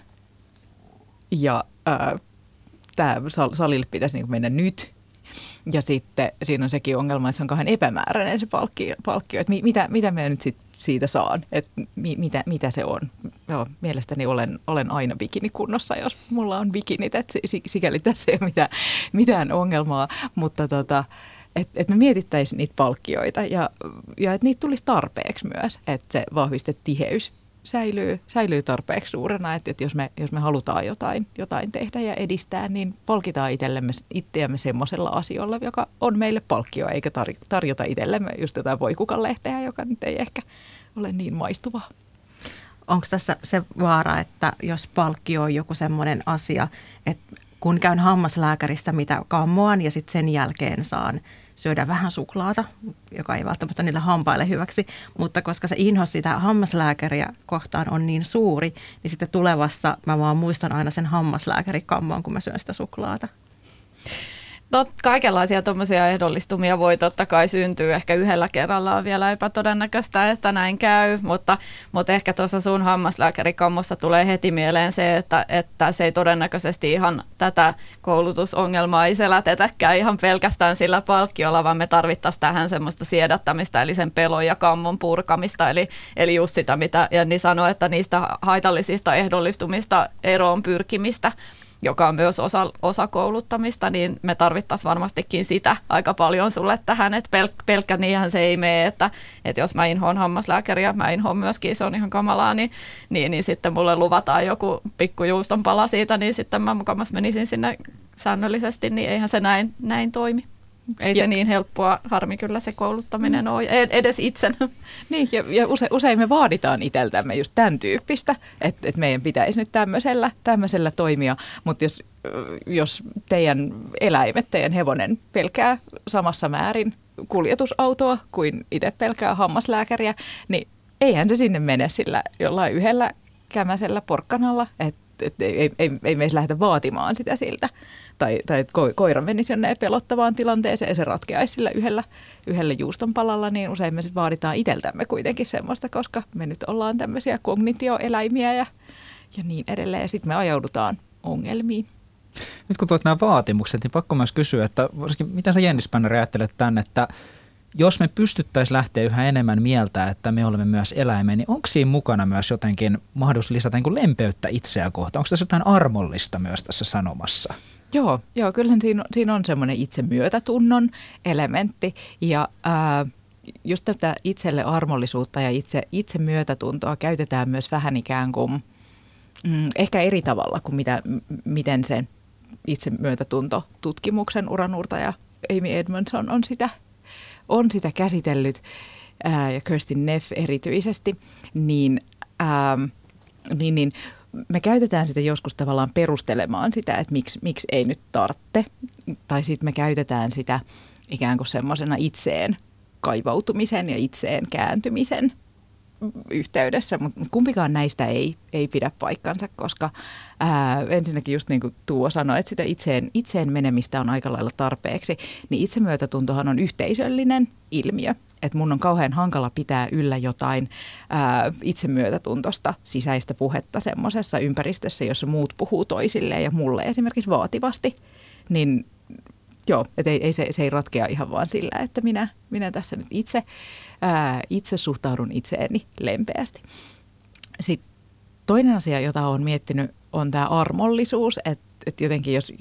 ja tämä salille pitäisi niinku mennä nyt. Ja sitten siinä on sekin ongelma, että se on kauhean epämääräinen se palkkio, palkkio että mi, mitä, mitä mä nyt sit siitä saan, että mi, mitä, mitä se on. Joo, mielestäni olen, olen aina bikinikunnossa, jos mulla on bikinit, että sikäli tässä ei ole mitään, mitään ongelmaa, mutta tota, että et me mietittäisiin niitä palkkioita ja, ja että niitä tulisi tarpeeksi myös, että se vahvistettu tiheys säilyy, säilyy tarpeeksi suurena, että, että jos, me, jos me halutaan jotain, jotain tehdä ja edistää, niin palkitaan itsellemme, itseämme semmoisella asialla, joka on meille palkkio, eikä tarjota itsellemme just jotain voikukanlehteä, joka nyt ei ehkä ole niin maistuva. Onko tässä se vaara, että jos palkkio on joku semmoinen asia, että kun käyn hammaslääkärissä, mitä kammoan ja sitten sen jälkeen saan syödä vähän suklaata, joka ei välttämättä niille hampaille hyväksi, mutta koska se inho sitä hammaslääkäriä kohtaan on niin suuri, niin sitten tulevassa mä vaan muistan aina sen hammaslääkärikammon, kun mä syön sitä suklaata. Tot, kaikenlaisia tuommoisia ehdollistumia voi totta kai syntyä. Ehkä yhdellä kerralla on vielä epätodennäköistä, että näin käy, mutta, mutta ehkä tuossa sun hammaslääkärikammossa tulee heti mieleen se, että, että se ei todennäköisesti ihan tätä koulutusongelmaa ei selätetäkään ihan pelkästään sillä palkkiolla, vaan me tarvittaisiin tähän semmoista siedättämistä, eli sen pelon ja kammon purkamista, eli, eli just sitä, mitä Jenni sanoi, että niistä haitallisista ehdollistumista eroon pyrkimistä, joka on myös osa, osa kouluttamista, niin me tarvittaisiin varmastikin sitä aika paljon sulle tähän, että pel, pelkkä niinhän se ei mene, että, että jos mä inhoon hammaslääkäriä, mä inhoon myöskin, se on ihan kamalaa, niin, niin, niin sitten mulle luvataan joku pikku juustonpala siitä, niin sitten mä mukamas menisin sinne säännöllisesti, niin eihän se näin, näin toimi. Ei ja. se niin helppoa, harmi kyllä se kouluttaminen mm. ole, edes itsen. Niin, ja, ja use, usein me vaaditaan itseltämme just tämän tyyppistä, että, että meidän pitäisi nyt tämmöisellä, tämmöisellä toimia, mutta jos, jos teidän eläimet, teidän hevonen pelkää samassa määrin kuljetusautoa kuin itse pelkää hammaslääkäriä, niin eihän se sinne mene sillä jollain yhdellä kämäsellä porkkanalla, että et ei, ei, ei me lähdetä vaatimaan sitä siltä. Tai, tai että koira menisi jonne pelottavaan tilanteeseen ja se ratkeaisi sillä yhdellä, yhdellä juustonpalalla, niin usein me sit vaaditaan itseltämme kuitenkin semmoista, koska me nyt ollaan tämmöisiä kognitioeläimiä ja, ja niin edelleen. Ja sitten me ajaudutaan ongelmiin. Nyt kun tuot nämä vaatimukset, niin pakko myös kysyä, että mitä sä Jenni Spanner ajattelet tämän, että jos me pystyttäisiin lähteä yhä enemmän mieltä, että me olemme myös eläimiä, niin onko siinä mukana myös jotenkin mahdollisuus lisätä niin kuin lempeyttä itseä kohtaan? Onko tässä jotain armollista myös tässä sanomassa? Joo, joo kyllähän siinä, siinä on semmoinen itsemyötätunnon elementti ja ää, just tätä itselle armollisuutta ja itse, itsemyötätuntoa käytetään myös vähän ikään kuin mm, ehkä eri tavalla kuin mitä, miten se itsemyötätunto tutkimuksen uranuurtaja Amy Edmondson on sitä on sitä käsitellyt, ää, ja Kirstin Neff erityisesti, niin, ää, niin, niin me käytetään sitä joskus tavallaan perustelemaan sitä, että miksi, miksi ei nyt tarvitse, tai sitten me käytetään sitä ikään kuin semmoisena itseen kaivautumisen ja itseen kääntymisen yhteydessä, mutta kumpikaan näistä ei, ei pidä paikkansa, koska ää, ensinnäkin just niin kuin Tuo sanoi, että sitä itseen, itseen menemistä on aika lailla tarpeeksi, niin itsemyötätuntohan on yhteisöllinen ilmiö, että mun on kauhean hankala pitää yllä jotain ää, itsemyötätuntosta sisäistä puhetta semmoisessa ympäristössä, jossa muut puhuu toisilleen ja mulle esimerkiksi vaativasti, niin joo, että ei, ei, se, se ei ratkea ihan vaan sillä, että minä, minä tässä nyt itse, ää, itse suhtaudun itseeni lempeästi. Sitten toinen asia, jota olen miettinyt, on tämä armollisuus, että, että jotenkin jos,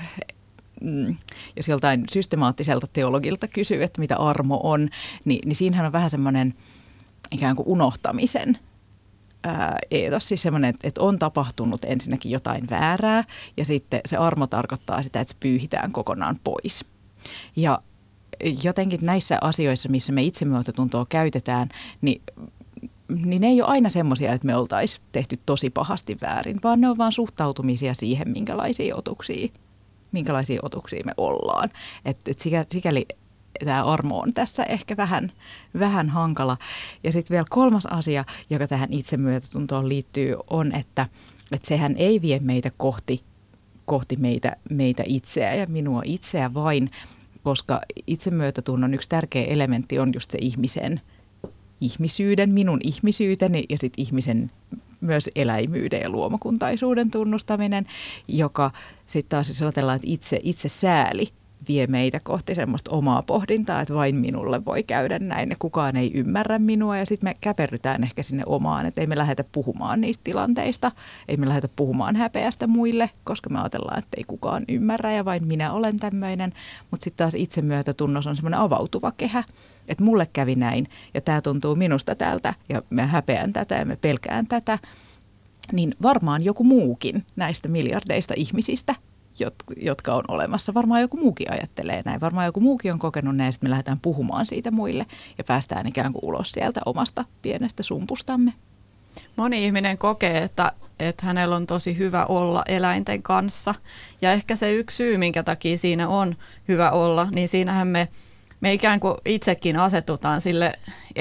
jos joltain systemaattiselta teologilta kysyy, että mitä armo on, niin, niin siinähän on vähän semmoinen ikään kuin unohtamisen eetos, siis semmoinen, että on tapahtunut ensinnäkin jotain väärää ja sitten se armo tarkoittaa sitä, että se pyyhitään kokonaan pois. Ja jotenkin näissä asioissa, missä me itsemyötätuntoa käytetään, niin, niin ne ei ole aina semmoisia, että me oltaisiin tehty tosi pahasti väärin, vaan ne on vaan suhtautumisia siihen, minkälaisia otuksia, minkälaisia otuksia me ollaan. Että et sikäli tämä armo on tässä ehkä vähän, vähän hankala. Ja sitten vielä kolmas asia, joka tähän itsemyötätuntoon liittyy, on, että, että sehän ei vie meitä kohti, kohti meitä, meitä itseä ja minua itseä vain, koska itsemyötätunnon yksi tärkeä elementti on just se ihmisen ihmisyyden, minun ihmisyyteni ja sitten ihmisen myös eläimyyden ja luomakuntaisuuden tunnustaminen, joka sitten taas jos ajatellaan, että itse, itse sääli vie meitä kohti semmoista omaa pohdintaa, että vain minulle voi käydä näin ja kukaan ei ymmärrä minua ja sitten me käperrytään ehkä sinne omaan, että ei me lähdetä puhumaan niistä tilanteista, ei me lähdetä puhumaan häpeästä muille, koska me ajatellaan, että ei kukaan ymmärrä ja vain minä olen tämmöinen, mutta sitten taas itsemyötätunnos on semmoinen avautuva kehä, että mulle kävi näin ja tämä tuntuu minusta tältä ja mä häpeän tätä ja mä pelkään tätä, niin varmaan joku muukin näistä miljardeista ihmisistä, jotka on olemassa. Varmaan joku muukin ajattelee näin. Varmaan joku muukin on kokenut näin, että me lähdetään puhumaan siitä muille ja päästään ikään kuin ulos sieltä omasta pienestä sumpustamme. Moni ihminen kokee, että, että hänellä on tosi hyvä olla eläinten kanssa. Ja ehkä se yksi syy, minkä takia siinä on hyvä olla, niin siinähän me, me ikään kuin itsekin asetutaan sille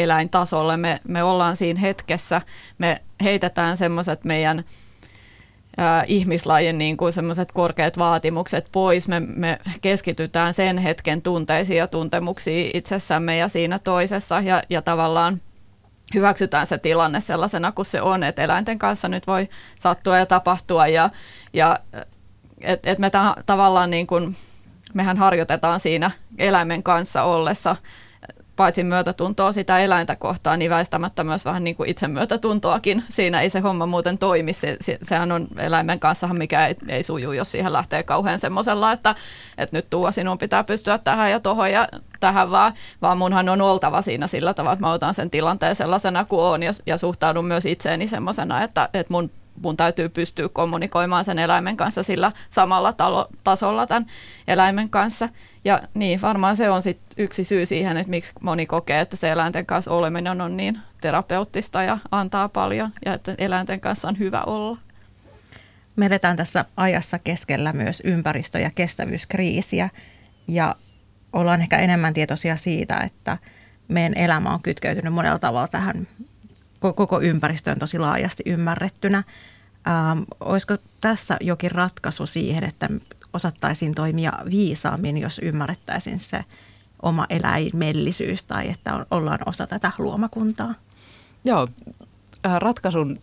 eläintasolle. Me, me ollaan siinä hetkessä, me heitetään semmoiset meidän ää, ihmislajin niin kuin semmoiset korkeat vaatimukset pois. Me, me keskitytään sen hetken tunteisiin ja tuntemuksiin itsessämme ja siinä toisessa ja, ja tavallaan hyväksytään se tilanne sellaisena kuin se on, että eläinten kanssa nyt voi sattua ja tapahtua ja, ja että et me ta- tavallaan niin kuin, mehän harjoitetaan siinä eläimen kanssa ollessa paitsi myötätuntoa sitä eläintä kohtaan, niin väistämättä myös vähän niin kuin itsemyötätuntoakin. Siinä ei se homma muuten toimi. Se, se, sehän on eläimen kanssahan, mikä ei, ei suju, jos siihen lähtee kauhean semmoisella, että, että nyt Tuua, sinun pitää pystyä tähän ja tohon ja tähän vaan, vaan munhan on oltava siinä sillä tavalla, että mä otan sen tilanteen sellaisena kuin on ja, ja suhtaudun myös itseeni semmoisena, että, että mun mun täytyy pystyä kommunikoimaan sen eläimen kanssa sillä samalla talo, tasolla tämän eläimen kanssa. Ja niin, varmaan se on sit yksi syy siihen, että miksi moni kokee, että se eläinten kanssa oleminen on niin terapeuttista ja antaa paljon ja että eläinten kanssa on hyvä olla. Me eletään tässä ajassa keskellä myös ympäristö- ja kestävyyskriisiä ja ollaan ehkä enemmän tietoisia siitä, että meidän elämä on kytkeytynyt monella tavalla tähän koko ympäristöön tosi laajasti ymmärrettynä. Ähm, olisiko tässä jokin ratkaisu siihen, että osattaisiin toimia viisaammin, jos ymmärrettäisiin se oma eläinmellisyys tai että ollaan osa tätä luomakuntaa? Joo, ratkaisun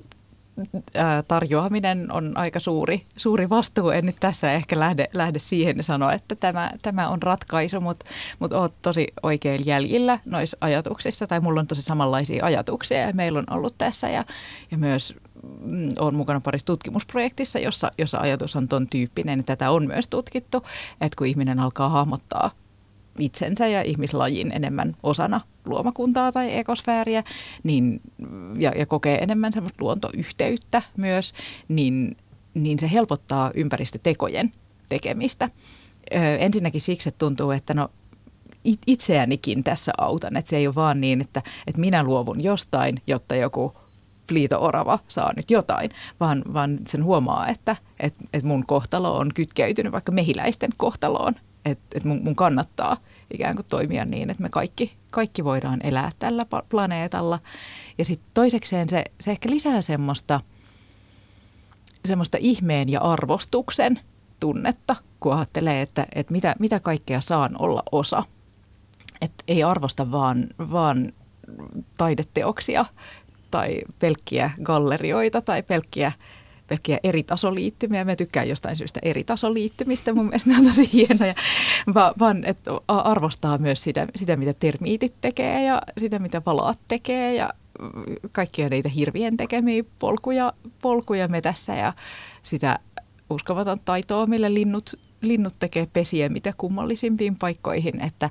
tarjoaminen on aika suuri, suuri vastuu. En nyt tässä ehkä lähde, lähde siihen ja sanoa, että tämä, tämä on ratkaisu, mutta, mutta olet tosi oikein jäljillä noissa ajatuksissa, tai mulla on tosi samanlaisia ajatuksia ja meillä on ollut tässä ja, ja myös mm, olen mukana parissa tutkimusprojektissa, jossa, jossa ajatus on ton tyyppinen, että tätä on myös tutkittu, että kun ihminen alkaa hahmottaa itsensä ja ihmislajin enemmän osana luomakuntaa tai ekosfääriä niin, ja, ja kokee enemmän semmoista luontoyhteyttä myös, niin, niin se helpottaa ympäristötekojen tekemistä. Ö, ensinnäkin siksi, että tuntuu, että no itseänikin tässä autan, että se ei ole vaan niin, että, että minä luovun jostain, jotta joku liito-orava saa nyt jotain, vaan, vaan sen huomaa, että, että, että mun kohtalo on kytkeytynyt vaikka mehiläisten kohtaloon. Että et mun, mun kannattaa ikään kuin toimia niin, että me kaikki, kaikki voidaan elää tällä planeetalla. Ja sitten toisekseen se, se ehkä lisää semmoista, semmoista ihmeen ja arvostuksen tunnetta, kun ajattelee, että, että mitä, mitä kaikkea saan olla osa. Että ei arvosta vaan, vaan taideteoksia tai pelkkiä gallerioita tai pelkkiä pelkkiä eritasoliittymiä. Mä tykkään jostain syystä eritasoliittymistä, mun mielestä ne on tosi hienoja, Va, vaan että arvostaa myös sitä, sitä, mitä termiitit tekee ja sitä, mitä valaat tekee ja kaikkia niitä hirvien tekemiä polkuja, polkuja metässä ja sitä uskomaton taitoa, millä linnut, linnut tekee pesiä mitä kummallisimpiin paikkoihin, että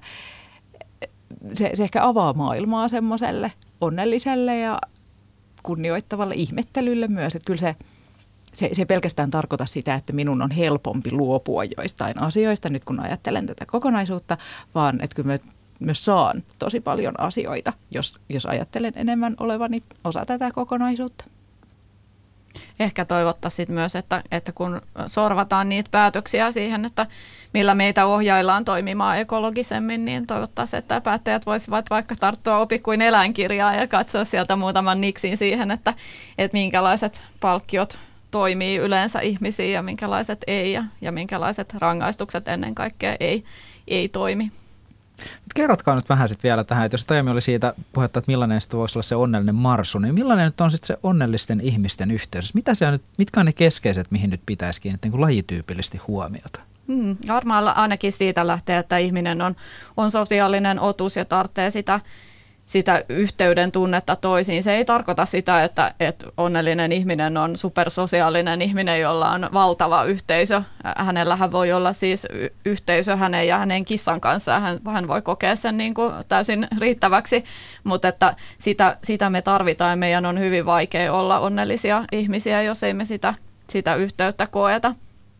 se, se ehkä avaa maailmaa semmoiselle onnelliselle ja kunnioittavalle ihmettelylle myös, että kyllä se Se, se ei pelkästään tarkoita sitä, että minun on helpompi luopua joistain asioista nyt kun ajattelen tätä kokonaisuutta, vaan että kyllä mä myös saan tosi paljon asioita, jos, jos ajattelen enemmän olevani osa tätä kokonaisuutta. Ehkä toivottaisiin myös, että, että kun sorvataan niitä päätöksiä siihen, että millä meitä ohjaillaan toimimaan ekologisemmin, niin toivottaisiin, että päättäjät voisivat vaikka tarttua Opi kuin eläinkirjaa ja katsoa sieltä muutaman niksin siihen, että, että minkälaiset palkkiot toimii yleensä ihmisiin ja minkälaiset ei ja, ja minkälaiset rangaistukset ennen kaikkea ei, ei toimi. Kerrotkaa nyt vähän sitten vielä tähän, että jos aiemmin oli siitä puhetta, että millainen sitten voisi olla se onnellinen marsu, niin millainen nyt on sitten se onnellisten ihmisten yhteys? Mitä siellä nyt, mitkä on ne keskeiset, mihin nyt pitäisi kiinnittää niin kuin lajityypillisesti huomiota? Hmm, varmaan ainakin siitä lähtee, että ihminen on, on sosiaalinen otus ja tarvitsee sitä sitä yhteyden tunnetta toisiin. Se ei tarkoita sitä, että, että onnellinen ihminen on supersosiaalinen ihminen, jolla on valtava yhteisö. Hänellähän voi olla siis yhteisö hänen ja hänen kissan kanssa. Hän, hän voi kokea sen niin kuin täysin riittäväksi, mutta että sitä, sitä me tarvitaan ja meidän on hyvin vaikea olla onnellisia ihmisiä, jos ei me sitä, sitä yhteyttä koeta.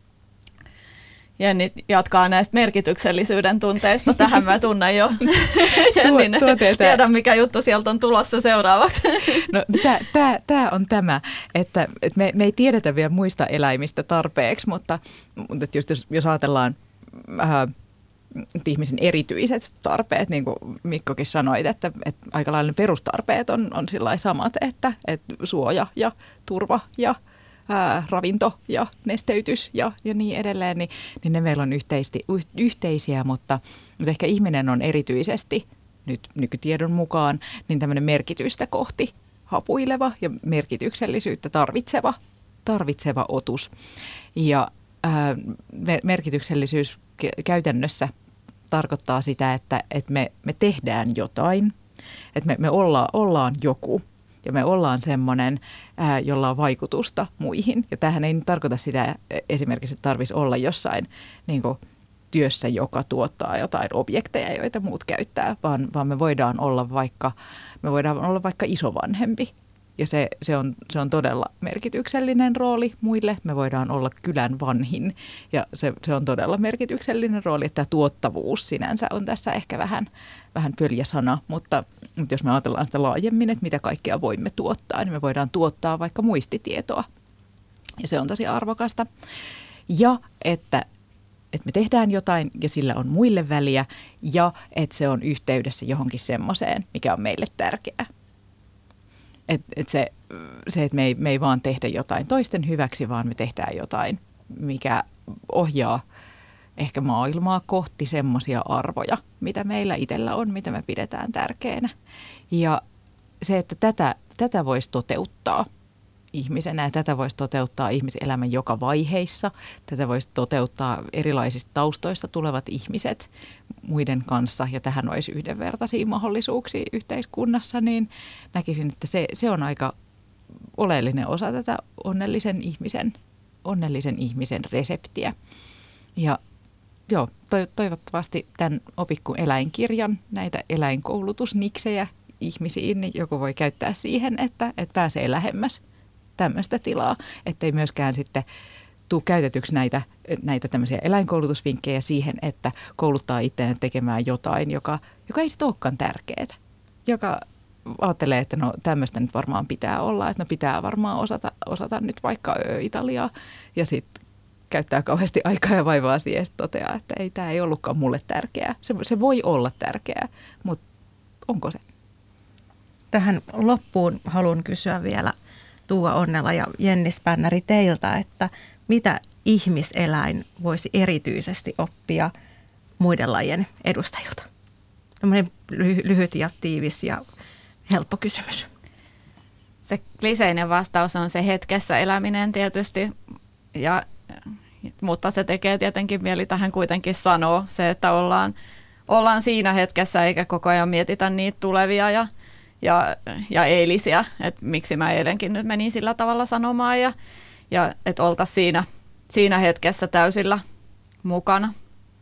Jenni jatkaa näistä merkityksellisyyden tunteista. Tähän mä tunnen jo. Jenni, tuo, tiedän mikä juttu sieltä on tulossa seuraavaksi. No, tämä on tämä, että, että me, me ei tiedetä vielä muista eläimistä tarpeeksi, mutta, mutta just jos, jos ajatellaan äh, ihmisen erityiset tarpeet, niin kuin Mikkokin sanoit, että, että aika lailla perustarpeet on, on sillai samat, että, että suoja ja turva ja ää, ravinto ja nesteytys ja, ja niin edelleen, niin, niin ne meillä on yhteisesti, yhteisiä, mutta, mutta ehkä ihminen on erityisesti nyt nykytiedon mukaan niin tämmöinen merkitystä kohti hapuileva ja merkityksellisyyttä tarvitseva, tarvitseva otus. Ja ää, merkityksellisyys käytännössä tarkoittaa sitä, että, että me, me tehdään jotain, että me, me olla, ollaan joku ja me ollaan semmoinen, ää, jolla on vaikutusta muihin. Ja tämähän ei nyt tarkoita sitä esimerkiksi, että tarvitsisi olla jossain niin kuin työssä, joka tuottaa jotain objekteja, joita muut käyttää, vaan, vaan me voidaan olla vaikka, me voidaan olla vaikka isovanhempi. Ja se, se, on, se on todella merkityksellinen rooli muille. Me voidaan olla kylän vanhin ja se, se on todella merkityksellinen rooli. Että tämä tuottavuus sinänsä on tässä ehkä vähän, vähän pöljä sana, mutta, mutta jos me ajatellaan sitä laajemmin, että mitä kaikkea voimme tuottaa, niin me voidaan tuottaa vaikka muistitietoa. Ja se on tosi arvokasta. Ja että, että me tehdään jotain ja sillä on muille väliä ja että se on yhteydessä johonkin semmoiseen, mikä on meille tärkeää. Että et se, se, että me ei, me ei vaan tehdä jotain toisten hyväksi, vaan me tehdään jotain, mikä ohjaa ehkä maailmaa kohti semmoisia arvoja, mitä meillä itsellä on, mitä me pidetään tärkeänä. Ja se, että tätä, tätä voisi toteuttaa ihmisenä ja tätä voisi toteuttaa ihmiselämän joka vaiheissa. Tätä voisi toteuttaa erilaisista taustoista tulevat ihmiset muiden kanssa ja tähän olisi yhdenvertaisia mahdollisuuksia yhteiskunnassa, niin näkisin, että se, se on aika oleellinen osa tätä onnellisen ihmisen, onnellisen ihmisen reseptiä. Ja joo, toivottavasti tämän Opikku eläinkirjan näitä eläinkoulutusniksejä ihmisiin, niin joku voi käyttää siihen, että, että pääsee lähemmäs tämmöistä tilaa, ettei myöskään sitten tule käytetyksi näitä, näitä tämmöisiä eläinkoulutusvinkkejä siihen, että kouluttaa itseään tekemään jotain, joka, joka ei sitten olekaan tärkeää, joka ajattelee, että no tämmöistä nyt varmaan pitää olla, että no pitää varmaan osata, osata nyt vaikka Italiaa ja sitten käyttää kauheasti aikaa ja vaivaa siihen ja toteaa, että ei, tämä ei ollutkaan mulle tärkeää. Se, se voi olla tärkeää, mutta onko se? Tähän loppuun haluan kysyä vielä Tuua Onnela ja Jenni Spännäri teiltä, että mitä ihmiseläin voisi erityisesti oppia muiden lajien edustajilta? Tällainen lyhyt ja tiivis ja helppo kysymys. Se kliseinen vastaus on se hetkessä eläminen tietysti, ja, mutta se tekee tietenkin mieli tähän kuitenkin sanoa se, että ollaan, ollaan siinä hetkessä eikä koko ajan mietitä niitä tulevia ja Ja, ja eilisiä, että miksi mä eilenkin nyt menin sillä tavalla sanomaan ja, ja että oltaisiin siinä, siinä hetkessä täysillä mukana.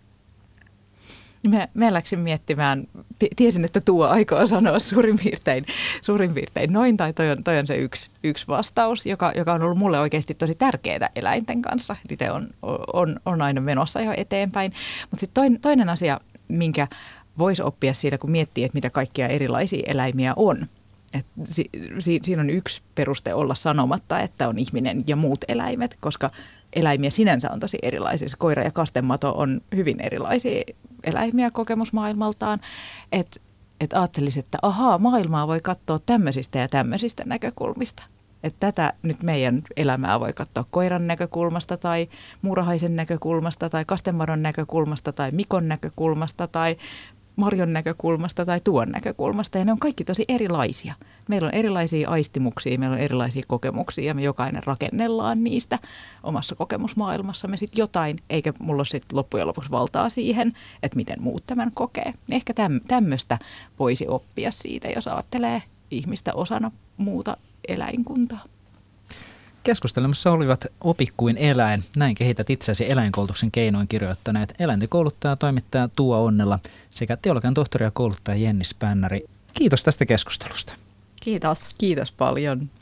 Mä, mä läksin miettimään, tiesin, että tuo aikoo sanoa suurin piirtein, suurin piirtein noin, tai toi on, toi on se yksi, yksi vastaus, joka, joka on ollut mulle oikeasti tosi tärkeää eläinten kanssa. Itse on, on, on aina menossa jo eteenpäin. Mutta sitten toinen, toinen asia, minkä voisi oppia siitä, kun miettii, että mitä kaikkia erilaisia eläimiä on. Et si, si, siinä on yksi peruste olla sanomatta, että on ihminen ja muut eläimet, koska eläimiä sinänsä on tosi erilaisia. Koira ja kastemato on hyvin erilaisia eläimiä kokemusmaailmaltaan. Että et ajattelisi, että ahaa, maailmaa voi katsoa tämmöisistä ja tämmöisistä näkökulmista. Että tätä nyt meidän elämää voi katsoa koiran näkökulmasta tai muurahaisen näkökulmasta tai kastemadon näkökulmasta tai Mikon näkökulmasta tai Marjon näkökulmasta tai tuon näkökulmasta. Ja ne on kaikki tosi erilaisia. Meillä on erilaisia aistimuksia, meillä on erilaisia kokemuksia ja me jokainen rakennellaan niistä omassa kokemusmaailmassamme sitten jotain, eikä mulla ole sitten loppujen lopuksi valtaa siihen, että miten muut tämän kokee. Ehkä tämmöistä voisi oppia siitä, jos ajattelee ihmistä osana muuta eläinkuntaa. Keskustelemassa olivat Opikkuin eläin. Näin kehität itseäsi eläinkoulutuksen keinoin kirjoittaneet eläintenkouluttaja ja toimittaja Tuua Onnela sekä teologian tohtori ja kouluttaja Jenni Spännäri. Kiitos tästä keskustelusta. Kiitos. Kiitos paljon.